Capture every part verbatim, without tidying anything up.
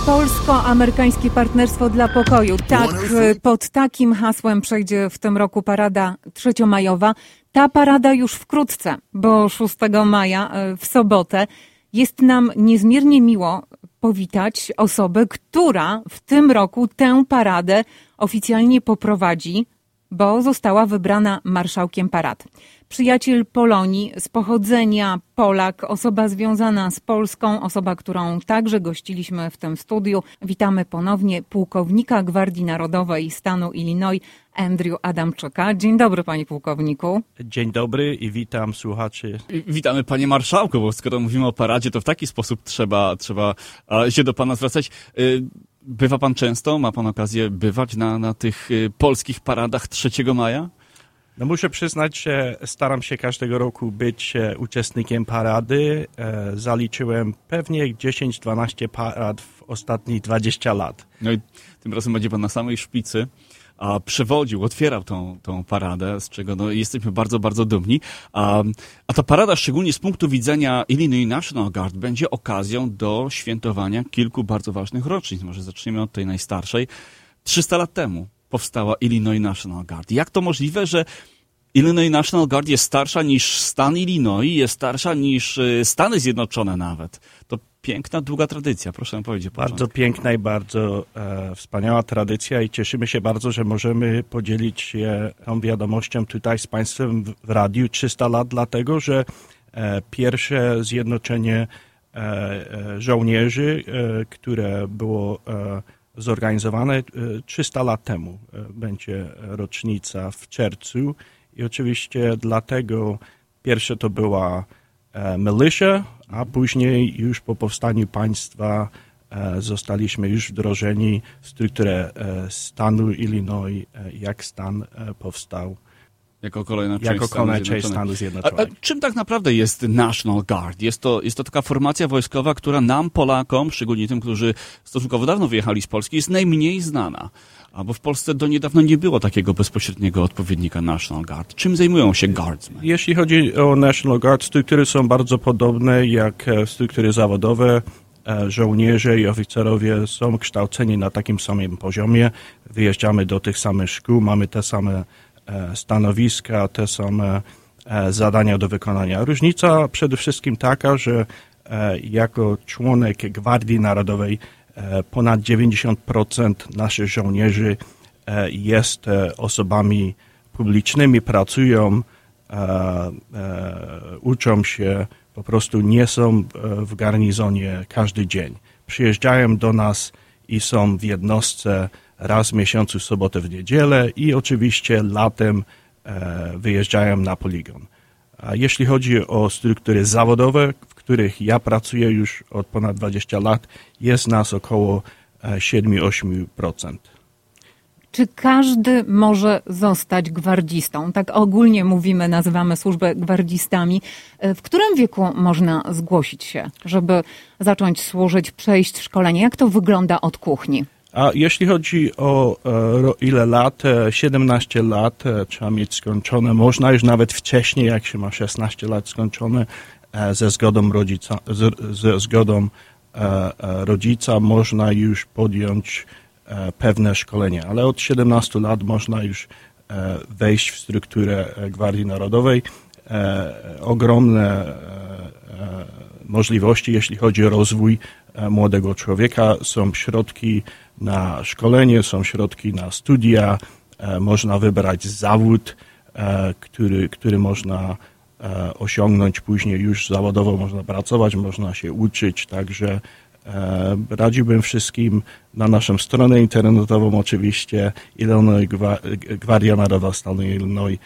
Polsko-amerykańskie partnerstwo dla pokoju. Tak, pod takim hasłem przejdzie w tym roku parada trzeciomajowa. Ta parada już wkrótce, bo szóstego maja w sobotę. Jest nam niezmiernie miło powitać osobę, która w tym roku tę paradę oficjalnie poprowadzi, bo została wybrana marszałkiem parad. Przyjaciel Polonii, z pochodzenia Polak, osoba związana z Polską, osoba, którą także gościliśmy w tym studiu. Witamy ponownie pułkownika Gwardii Narodowej stanu Illinois, Andrew Adamczyka. Dzień dobry, panie pułkowniku. Dzień dobry i witam słuchaczy. Witamy, panie marszałku, bo skoro mówimy o paradzie, to w taki sposób trzeba, trzeba się do pana zwracać. Bywa pan często? Ma pan okazję bywać na, na tych polskich paradach trzeciego maja? No muszę przyznać, że staram się każdego roku być uczestnikiem parady. Zaliczyłem pewnie dziesięć dwanaście parad w ostatnich dwudziestu lat. No i tym razem będzie pan na samej szpicy, a przewodził, otwierał tą, tą paradę, z czego no, jesteśmy bardzo, bardzo dumni. A, a ta parada, szczególnie z punktu widzenia Illinois National Guard, będzie okazją do świętowania kilku bardzo ważnych rocznic. Może zaczniemy od tej najstarszej. trzysta lat temu powstała Illinois National Guard. Jak to możliwe, że Illinois National Guard jest starsza niż stan Illinois, jest starsza niż Stany Zjednoczone nawet? To piękna, długa tradycja. Proszę powiedzieć. Bardzo piękna i bardzo e, wspaniała tradycja i cieszymy się bardzo, że możemy podzielić się tą wiadomością tutaj z państwem w, w radiu. trzysta lat, dlatego że e, pierwsze zjednoczenie e, e, żołnierzy, e, które było e, zorganizowane trzysta lat temu. Będzie rocznica w czerwcu i oczywiście dlatego pierwsze to była militia, a później już po powstaniu państwa zostaliśmy już wdrożeni w strukturę stanu Illinois, jak stan powstał. Jako kolejna część jako Stanów część Stanów Zjednoczonych. A, a czym tak naprawdę jest National Guard? Jest to, jest to taka formacja wojskowa, która nam, Polakom, szczególnie tym, którzy stosunkowo dawno wyjechali z Polski, jest najmniej znana. A bo w Polsce do niedawna nie było takiego bezpośredniego odpowiednika National Guard. Czym zajmują się Guardsmen? Jeśli chodzi o National Guard, struktury są bardzo podobne jak struktury zawodowe. Żołnierze i oficerowie są kształceni na takim samym poziomie. Wyjeżdżamy do tych samych szkół, mamy te same stanowiska, te same zadania do wykonania. Różnica przede wszystkim taka, że jako członek Gwardii Narodowej ponad dziewięćdziesiąt procent naszych żołnierzy jest osobami publicznymi, pracują, uczą się, po prostu nie są w garnizonie każdy dzień. Przyjeżdżają do nas i są w jednostce raz w miesiącu, w sobotę, w niedzielę i oczywiście latem e, wyjeżdżają na poligon. A jeśli chodzi o struktury zawodowe, w których ja pracuję już od ponad dwudziestu lat, jest nas około siedem do ośmiu procent. Czy każdy może zostać gwardzistą? Tak ogólnie mówimy, nazywamy służbę gwardzistami. W którym wieku można zgłosić się, żeby zacząć służyć, przejść szkolenie? Jak to wygląda od kuchni? A jeśli chodzi o e, ile lat, siedemnaście lat e, trzeba mieć skończone. Można już nawet wcześniej, jak się ma szesnaście lat skończone, e, ze zgodą rodzica, z, ze zgodą e, e, rodzica można już podjąć e, pewne szkolenie. Ale od siedemnastu lat można już e, wejść w strukturę Gwardii Narodowej. E, ogromne e, e, możliwości, jeśli chodzi o rozwój e, młodego człowieka. Są środki na szkolenie, są środki na studia, e, można wybrać zawód, e, który, który można e, osiągnąć później już zawodowo, można pracować, można się uczyć, także e, radziłbym wszystkim na naszą stronę internetową oczywiście Illinois Gwardia Narodowa stanu Illinois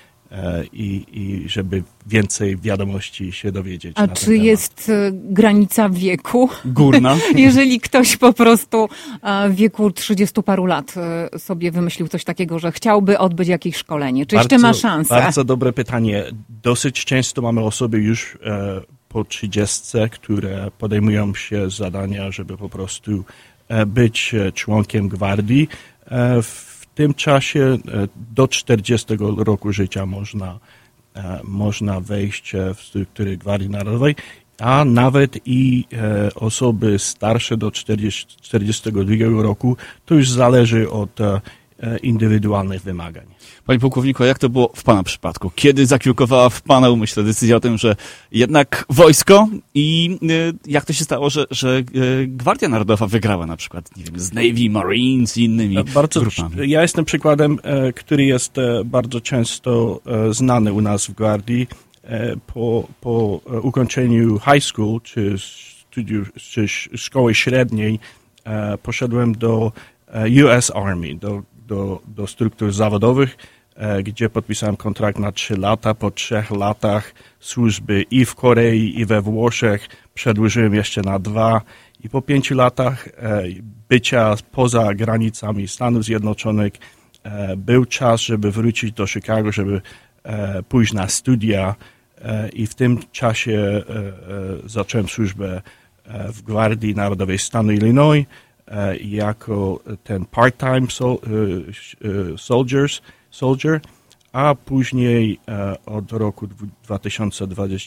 I, i żeby więcej wiadomości się dowiedzieć. A czy jest granica wieku? Górna. Jeżeli ktoś po prostu w wieku trzydziestu paru lat sobie wymyślił coś takiego, że chciałby odbyć jakieś szkolenie. Czy bardzo, jeszcze ma szansę? Bardzo dobre pytanie. Dosyć często mamy osoby już e, po trzydziestce, które podejmują się zadania, żeby po prostu e, być członkiem gwardii. E, w W tym czasie do czterdziestego roku życia można, można wejść w struktury Gwardii Narodowej. a nawet i e, osoby starsze do czterdziestego drugiego roku, to już zależy od e, indywidualnych wymagań. Panie pułkowniku, a jak to było w pana przypadku? Kiedy zakiełkowała w pana umyśle decyzja o tym, że jednak wojsko i y, jak to się stało, że, że y, Gwardia Narodowa wygrała na przykład, nie wiem, z Navy, Marines i innymi bardzo, grupami? Ja jestem przykładem, e, który jest e, bardzo często e, znany u nas w Gwardii. E, po, po ukończeniu high school, czy, studiów, czy szkoły średniej, e, poszedłem do U S Army, do Do, do struktur zawodowych, e, gdzie podpisałem kontrakt na trzy lata. Po trzech latach służby i w Korei, i we Włoszech przedłużyłem jeszcze na dwa. I po pięciu latach e, bycia poza granicami Stanów Zjednoczonych e, był czas, żeby wrócić do Chicago, żeby e, pójść na studia. E, I w tym czasie e, e, zacząłem służbę e, w Gwardii Narodowej stanu Illinois jako ten part-time sol, soldiers, soldier, a później od roku dwa tysiące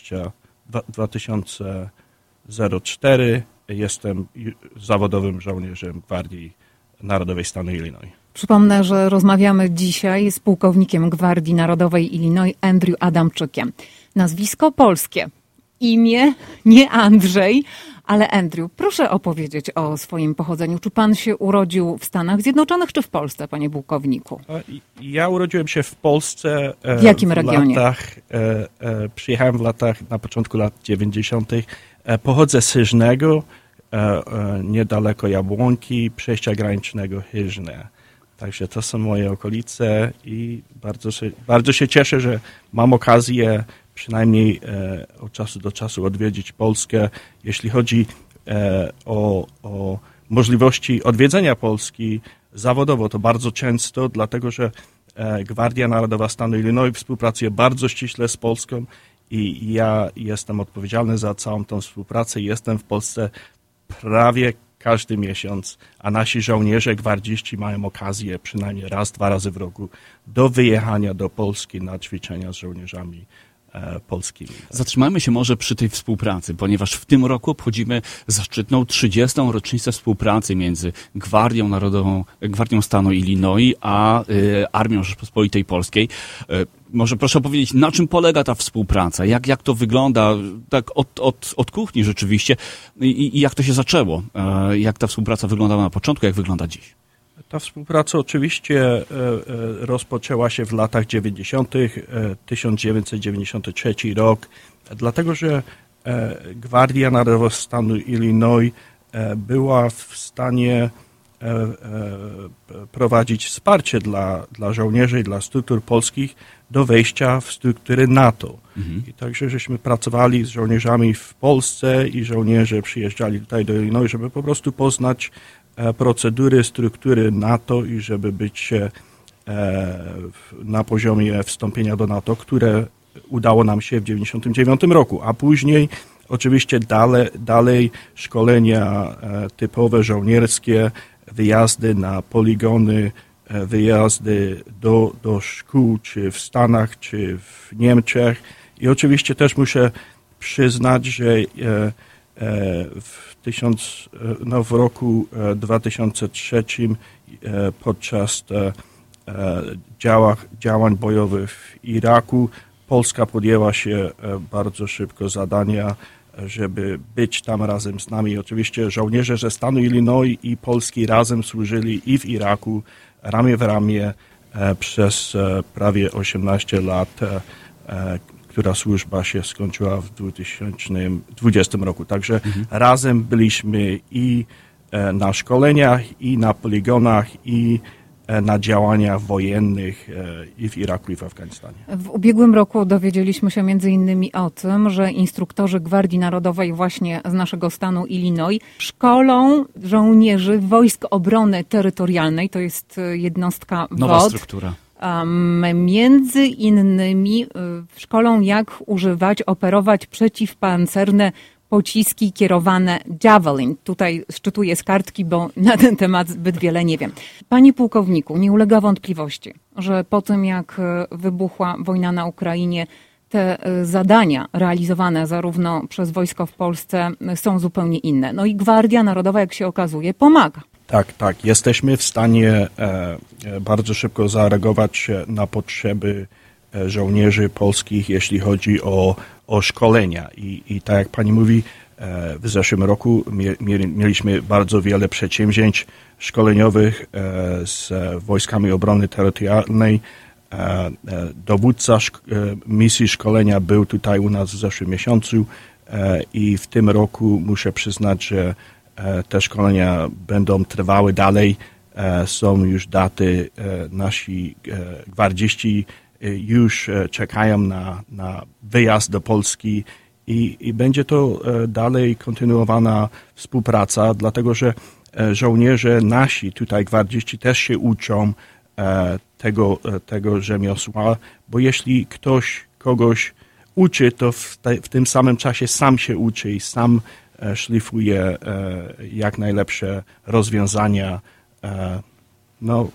czwartego jestem zawodowym żołnierzem Gwardii Narodowej stanu Illinois. Przypomnę, że rozmawiamy dzisiaj z pułkownikiem Gwardii Narodowej Illinois Andrew Adamczykiem. Nazwisko polskie, imię nie Andrzej, ale Andrew, proszę opowiedzieć o swoim pochodzeniu. Czy pan się urodził w Stanach Zjednoczonych, czy w Polsce, panie pułkowniku? Ja urodziłem się w Polsce. W jakim w regionie? Latach, e, e, przyjechałem w latach, na początku lat dziewięćdziesiątych. E, pochodzę z Hyżnego, e, e, niedaleko Jabłonki, przejścia granicznego Hyżne. Także to są moje okolice i bardzo się, bardzo się cieszę, że mam okazję przynajmniej e, od czasu do czasu odwiedzić Polskę. Jeśli chodzi e, o, o możliwości odwiedzenia Polski zawodowo, to bardzo często, dlatego że e, Gwardia Narodowa stanu Illinois współpracuje bardzo ściśle z Polską i ja jestem odpowiedzialny za całą tą współpracę. Jestem w Polsce prawie każdy miesiąc, a nasi żołnierze, gwardziści mają okazję przynajmniej raz, dwa razy w roku do wyjechania do Polski na ćwiczenia z żołnierzami polskimi. Zatrzymajmy się może przy tej współpracy, ponieważ w tym roku obchodzimy zaszczytną trzydziestą rocznicę współpracy między Gwardią Narodową, Gwardią Stanu Illinois a y, Armią Rzeczypospolitej Polskiej. Y, może proszę opowiedzieć, na czym polega ta współpraca? Jak, jak to wygląda tak od, od, od kuchni rzeczywiście i, i jak to się zaczęło? Y, jak ta współpraca wyglądała na początku, jak wygląda dziś? Ta współpraca oczywiście rozpoczęła się w latach dziewięćdziesiątych, tysiąc dziewięćset dziewięćdziesiąty trzeci rok, dlatego że Gwardia Narodowa stanu Illinois była w stanie prowadzić wsparcie dla, dla żołnierzy i dla struktur polskich do wejścia w struktury NATO. Mhm. I także żeśmy pracowali z żołnierzami w Polsce i żołnierze przyjeżdżali tutaj do Illinois, żeby po prostu poznać procedury, struktury NATO i żeby być na poziomie wstąpienia do NATO, które udało nam się w dziewięćdziesiątym dziewiątym roku, a później oczywiście dalej, dalej szkolenia typowe żołnierskie, wyjazdy na poligony, wyjazdy do, do szkół, czy w Stanach, czy w Niemczech. I oczywiście też muszę przyznać, że w, tysiąc, no w roku dwa tysiące trzecim podczas działań, działań bojowych w Iraku Polska podjęła się bardzo szybko zadania, żeby być tam razem z nami. Oczywiście żołnierze ze stanu Illinois i Polski razem służyli i w Iraku ramię w ramię przez prawie osiemnaście lat, która służba się skończyła w dwa tysiące dwudziestym roku. Także mhm. razem byliśmy i na szkoleniach, i na poligonach, i na działaniach wojennych i w Iraku, i w Afganistanie. W ubiegłym roku dowiedzieliśmy się między innymi o tym, że instruktorzy Gwardii Narodowej właśnie z naszego stanu Illinois szkolą żołnierzy Wojsk Obrony Terytorialnej, to jest jednostka W O D. Nowa struktura. Um, między innymi szkolą, jak używać, operować przeciwpancerne pociski kierowane Javelin. Tutaj szczytuję z kartki, bo na ten temat zbyt wiele nie wiem. Panie pułkowniku, nie ulega wątpliwości, że po tym jak wybuchła wojna na Ukrainie, te zadania realizowane zarówno przez wojsko w Polsce są zupełnie inne. No i Gwardia Narodowa, jak się okazuje, pomaga. Tak, tak. Jesteśmy w stanie e, bardzo szybko zareagować na potrzeby żołnierzy polskich, jeśli chodzi o, o szkolenia. I, I tak jak pani mówi, e, w zeszłym roku mie, mieliśmy bardzo wiele przedsięwzięć szkoleniowych e, z Wojskami Obrony Terytorialnej. E, e, dowódca szk- e, misji szkolenia był tutaj u nas w zeszłym miesiącu e, i w tym roku muszę przyznać, że e, te szkolenia będą trwały dalej. E, są już daty, e, nasi e, gwardziści już czekają na, na wyjazd do Polski i, i będzie to dalej kontynuowana współpraca, dlatego że żołnierze nasi, tutaj gwardziści też się uczą tego, tego rzemiosła, bo jeśli ktoś kogoś uczy, to w, te, w tym samym czasie sam się uczy i sam szlifuje jak najlepsze rozwiązania, no,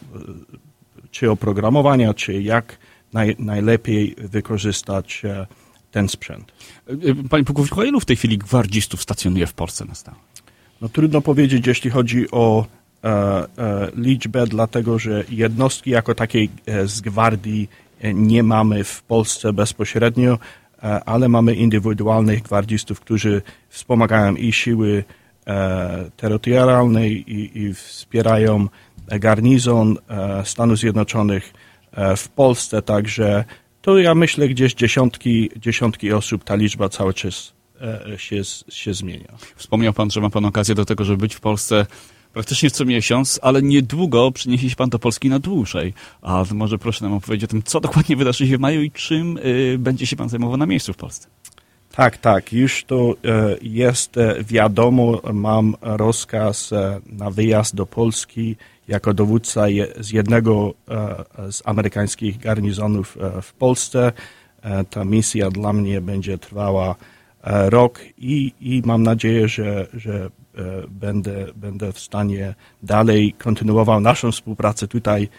czy oprogramowania, czy jak Naj, najlepiej wykorzystać e, ten sprzęt. Panie pułkowniku, a ilu w tej chwili gwardzistów stacjonuje w Polsce na stałe? No trudno powiedzieć, jeśli chodzi o e, e, liczbę, dlatego że jednostki jako takiej e, z gwardii e, nie mamy w Polsce bezpośrednio, e, ale mamy indywidualnych gwardzistów, którzy wspomagają i siły e, terytorialne i, i wspierają garnizon e, Stanów Zjednoczonych w Polsce, także to ja myślę gdzieś dziesiątki, dziesiątki osób, ta liczba cały czas się, się zmienia. Wspomniał pan, że ma pan okazję do tego, żeby być w Polsce praktycznie co miesiąc, ale niedługo przyniesie się pan do Polski na dłużej. A może proszę nam opowiedzieć o tym, co dokładnie wydarzy się w maju i czym y, będzie się pan zajmował na miejscu w Polsce. Tak, tak, już to jest wiadomo, mam rozkaz na wyjazd do Polski jako dowódca z jednego z amerykańskich garnizonów w Polsce. Ta misja dla mnie będzie trwała rok i, i mam nadzieję, że, że będę, będę w stanie dalej kontynuował naszą współpracę tutaj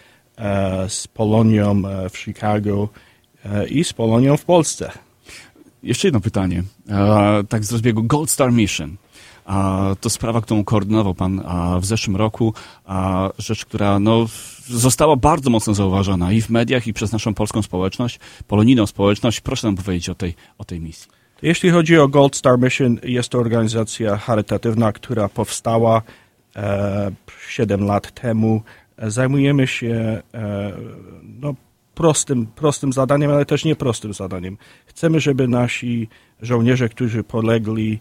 z Polonią w Chicago i z Polonią w Polsce. Jeszcze jedno pytanie, e, tak z rozbiegu Gold Star Mission. E, to sprawa, którą koordynował pan e, w zeszłym roku, e, rzecz, która no, została bardzo mocno zauważona i w mediach, i przez naszą polską społeczność, polonijną społeczność. Proszę nam powiedzieć o tej, o tej misji. Jeśli chodzi o Gold Star Mission, jest to organizacja charytatywna, która powstała e, siedem lat temu. Zajmujemy się e, no, prostym, prostym zadaniem, ale też nieprostym zadaniem. Chcemy, żeby nasi żołnierze, którzy polegli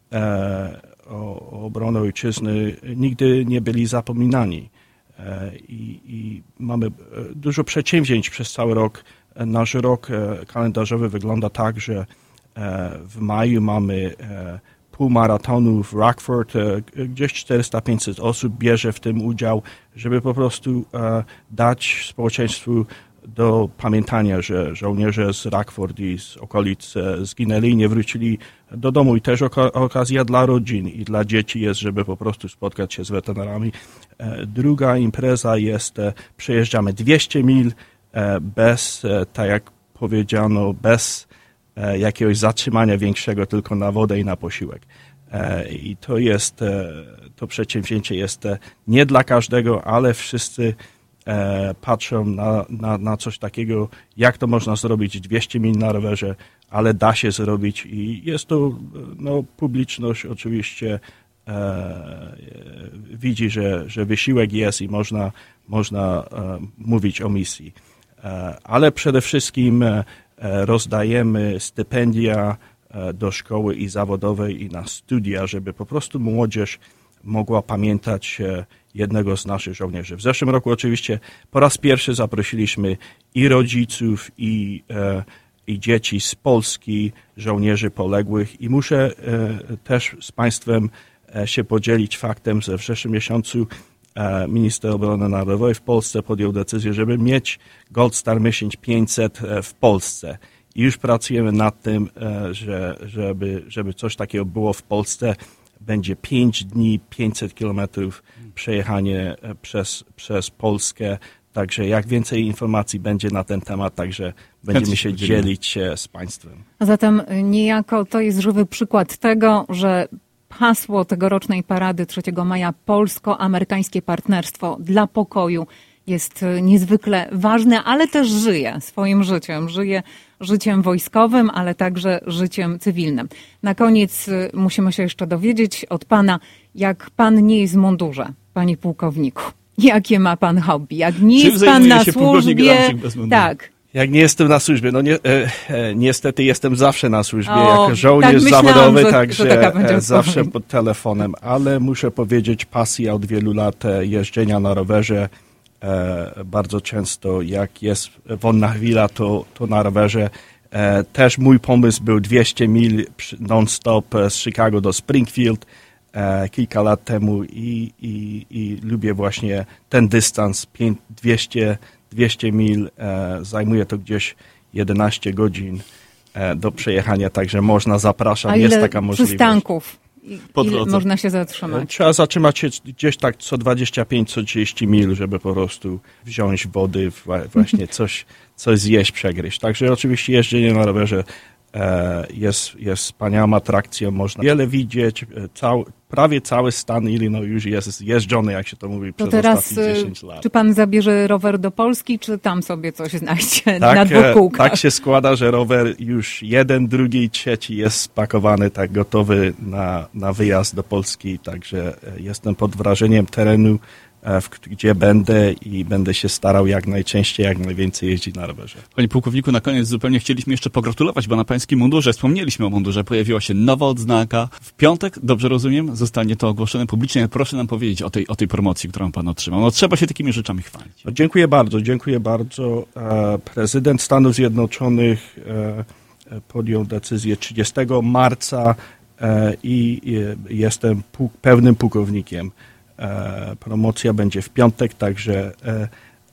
e, o, o obronę ojczyzny, nigdy nie byli zapominani. E, i, I mamy dużo przedsięwzięć przez cały rok. Nasz rok e, kalendarzowy wygląda tak, że e, w maju mamy e, pół maratonu w Rockford, e, gdzieś czterysta do pięciuset osób bierze w tym udział, żeby po prostu e, dać społeczeństwu do pamiętania, że żołnierze z Rockford i z okolic zginęli i nie wrócili do domu. I też oka- okazja dla rodzin i dla dzieci jest, żeby po prostu spotkać się z weteranami. Druga impreza jest, przejeżdżamy dwieście mil bez, tak jak powiedziano, bez jakiegoś zatrzymania większego, tylko na wodę i na posiłek. I to jest, to przedsięwzięcie jest nie dla każdego, ale wszyscy E, patrzą na, na, na coś takiego, jak to można zrobić dwieście mil na rowerze, ale da się zrobić i jest to, no, publiczność oczywiście e, widzi, że, że wysiłek jest i można, można e, mówić o misji. E, ale przede wszystkim e, rozdajemy stypendia e, do szkoły i zawodowej i na studia, żeby po prostu młodzież mogła pamiętać e, jednego z naszych żołnierzy. W zeszłym roku oczywiście po raz pierwszy zaprosiliśmy i rodziców, i, e, i dzieci z Polski, żołnierzy poległych i muszę e, też z Państwem e, się podzielić faktem, że w zeszłym miesiącu e, minister obrony narodowej w Polsce podjął decyzję, żeby mieć Gold Star Mission pięćset w Polsce. I już pracujemy nad tym, e, że, żeby, żeby coś takiego było w Polsce. Będzie pięć dni, pięćset kilometrów przejechanie przez, przez Polskę. Także jak więcej informacji będzie na ten temat, także będziemy się dzielić z Państwem. A zatem niejako to jest żywy przykład tego, że hasło tegorocznej parady trzeciego maja, polsko-amerykańskie partnerstwo dla pokoju, jest niezwykle ważne, ale też żyje swoim życiem. Żyje życiem wojskowym, ale także życiem cywilnym. Na koniec musimy się jeszcze dowiedzieć od pana, jak pan nie jest w mundurze, panie pułkowniku. Jakie ma pan hobby? Jak nie Czym jest pan na się służbie, tak. Jak nie jestem na służbie, no nie, e, e, niestety jestem zawsze na służbie, O, jako żołnierz tak myślałam, zawodowy, że, także że taka będzie e, zawsze odpowiedź. pod telefonem, ale muszę powiedzieć, pasja od wielu lat e, jeżdżenia na rowerze, e, bardzo często jak jest wolna chwila, to, to na rowerze. E, też mój pomysł był dwieście mil non-stop z Chicago do Springfield e, kilka lat temu i, i, i lubię właśnie ten dystans, dwieście dwieście mil, e, zajmuje to gdzieś jedenaście godzin e, do przejechania, także można, zapraszam, A ile jest taka możliwość. przystanków? Po Ile drodze. można się zatrzymać? Trzeba zatrzymać się gdzieś tak co dwadzieścia pięć do trzydziestu mil, żeby po prostu wziąć wody, właśnie coś, coś zjeść, przegryźć. Także oczywiście jeżdżenie na rowerze e, jest, jest wspaniałą atrakcją, można wiele widzieć, cał, prawie cały stan Illinois już jest jeżdżony, jak się to mówi, To przez teraz, ostatnie dziesięć lat. czy pan zabierze rower do Polski, czy tam sobie coś znajdzie Tak, na dwóch e, kółkach? tak się składa, że rower już jeden, drugi, trzeci jest spakowany, tak gotowy na, na wyjazd do Polski, także e, jestem pod wrażeniem terenu, e, w, gdzie będę i będę się starał jak najczęściej, jak najwięcej jeździć na rowerze. Panie pułkowniku, na koniec zupełnie chcieliśmy jeszcze pogratulować, bo na pańskim mundurze, wspomnieliśmy o mundurze, pojawiła się nowa odznaka. W piątek, dobrze rozumiem, zostanie to ogłoszone publicznie. Proszę nam powiedzieć o tej, o tej promocji, którą pan otrzymał. No trzeba się takimi rzeczami chwalić. No, dziękuję bardzo, dziękuję bardzo. E, prezydent Stanów Zjednoczonych e, podjął decyzję trzydziestego marca e, i e, jestem pu- pełnym pułkownikiem. E, promocja będzie w piątek, także e,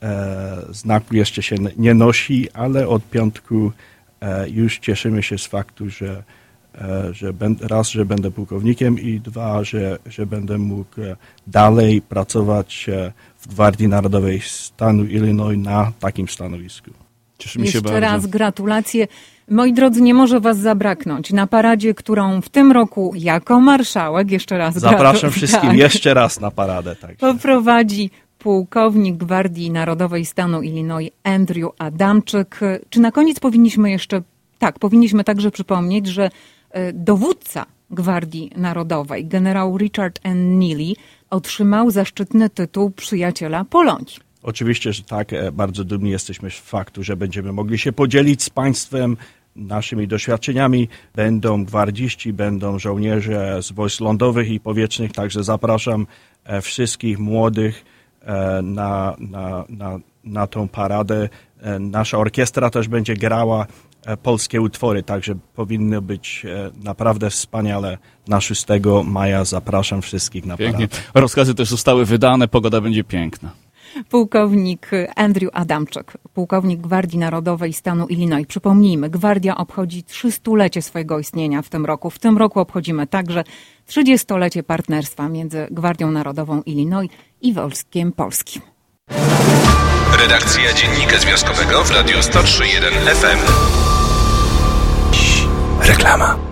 e, znaku jeszcze się nie nosi, ale od piątku e, już cieszymy się z faktu, że, e, że ben, raz, że będę pułkownikiem i dwa, że, że będę mógł e, dalej pracować e, w Gwardii Narodowej stanu Illinois na takim stanowisku. Cieszymy Jeszcze się bardzo. raz gratulacje. Moi drodzy, nie może was zabraknąć na paradzie, którą w tym roku jako marszałek, jeszcze raz Zapraszam gratu- wszystkim tak, jeszcze raz na paradę. Także. poprowadzi pułkownik Gwardii Narodowej stanu Illinois Andrew Adamczyk. Czy na koniec powinniśmy jeszcze, tak, powinniśmy także przypomnieć, że e, dowódca Gwardii Narodowej, generał Richard N. Neely, otrzymał zaszczytny tytuł przyjaciela Polonii. Oczywiście, że tak, e, bardzo dumni jesteśmy z faktu, że będziemy mogli się podzielić z państwem naszymi doświadczeniami. Będą gwardziści, będą żołnierze z wojsk lądowych i powietrznych, także zapraszam e, wszystkich młodych e, na, na, na, na tą paradę. E, nasza orkiestra też będzie grała e, polskie utwory, także powinno być e, naprawdę wspaniale. Na szóstego maja zapraszam wszystkich na Pięknie. paradę. Rozkazy też zostały wydane, pogoda będzie piękna. Pułkownik Andrew Adamczyk, pułkownik Gwardii Narodowej stanu Illinois. Przypomnijmy, Gwardia obchodzi trzystulecie swojego istnienia w tym roku. W tym roku obchodzimy także trzydziestolecie partnerstwa między Gwardią Narodową Illinois i Wojskiem Polskim. Redakcja Dziennika Związkowego w Radiu sto trzy jeden F M. Reklama.